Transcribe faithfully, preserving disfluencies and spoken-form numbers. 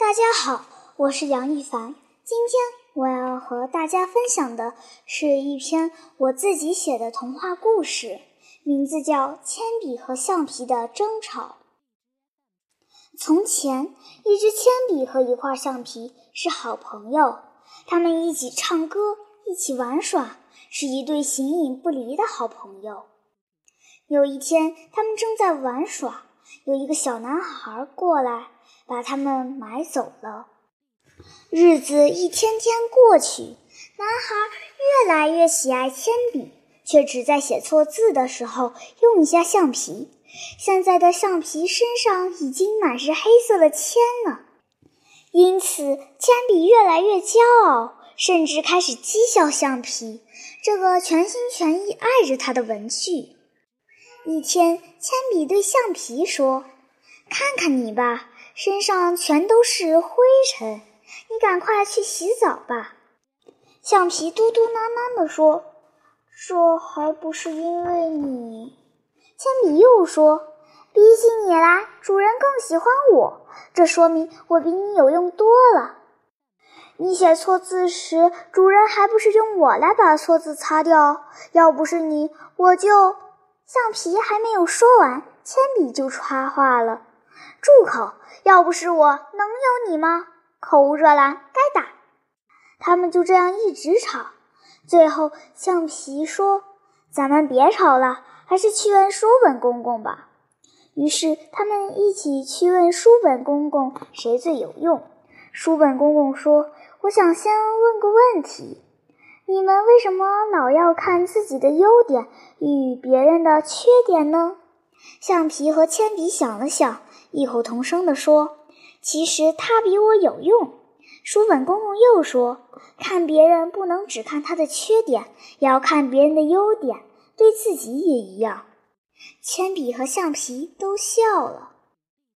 大家好，我是杨一凡。今天我要和大家分享的是一篇我自己写的童话故事，名字叫《铅笔和橡皮的争吵》。从前，一支铅笔和一块橡皮是好朋友，他们一起唱歌，一起玩耍，是一对形影不离的好朋友。有一天，他们正在玩耍，有一个小男孩过来，把他们买走了。日子一天天过去，男孩越来越喜爱铅笔，却只在写错字的时候用一下橡皮。现在的橡皮身上已经满是黑色的铅了，因此铅笔越来越骄傲，甚至开始讥笑橡皮，这个全心全意爱着他的文具。一天，铅笔对橡皮说：“看看你吧，身上全都是灰尘，你赶快去洗澡吧。”橡皮嘟嘟囔囔地说：“这还不是因为你。”铅笔又说：“比起你来，主人更喜欢我，这说明我比你有用多了。你写错字时，主人还不是用我来把错字擦掉？要不是你，我就……”橡皮还没有说完，铅笔就插话了：“住口！要不是我，能有你吗？口无遮拦，该打！”他们就这样一直吵，最后橡皮说：“咱们别吵了，还是去问书本公公吧。”于是他们一起去问书本公公谁最有用。书本公公说：“我想先问个问题，你们为什么老要看自己的优点与别人的缺点呢？”橡皮和铅笔想了想，异口同声地说：“其实他比我有用。”书本公公又说：“看别人不能只看他的缺点，也要看别人的优点，对自己也一样。”铅笔和橡皮都笑了。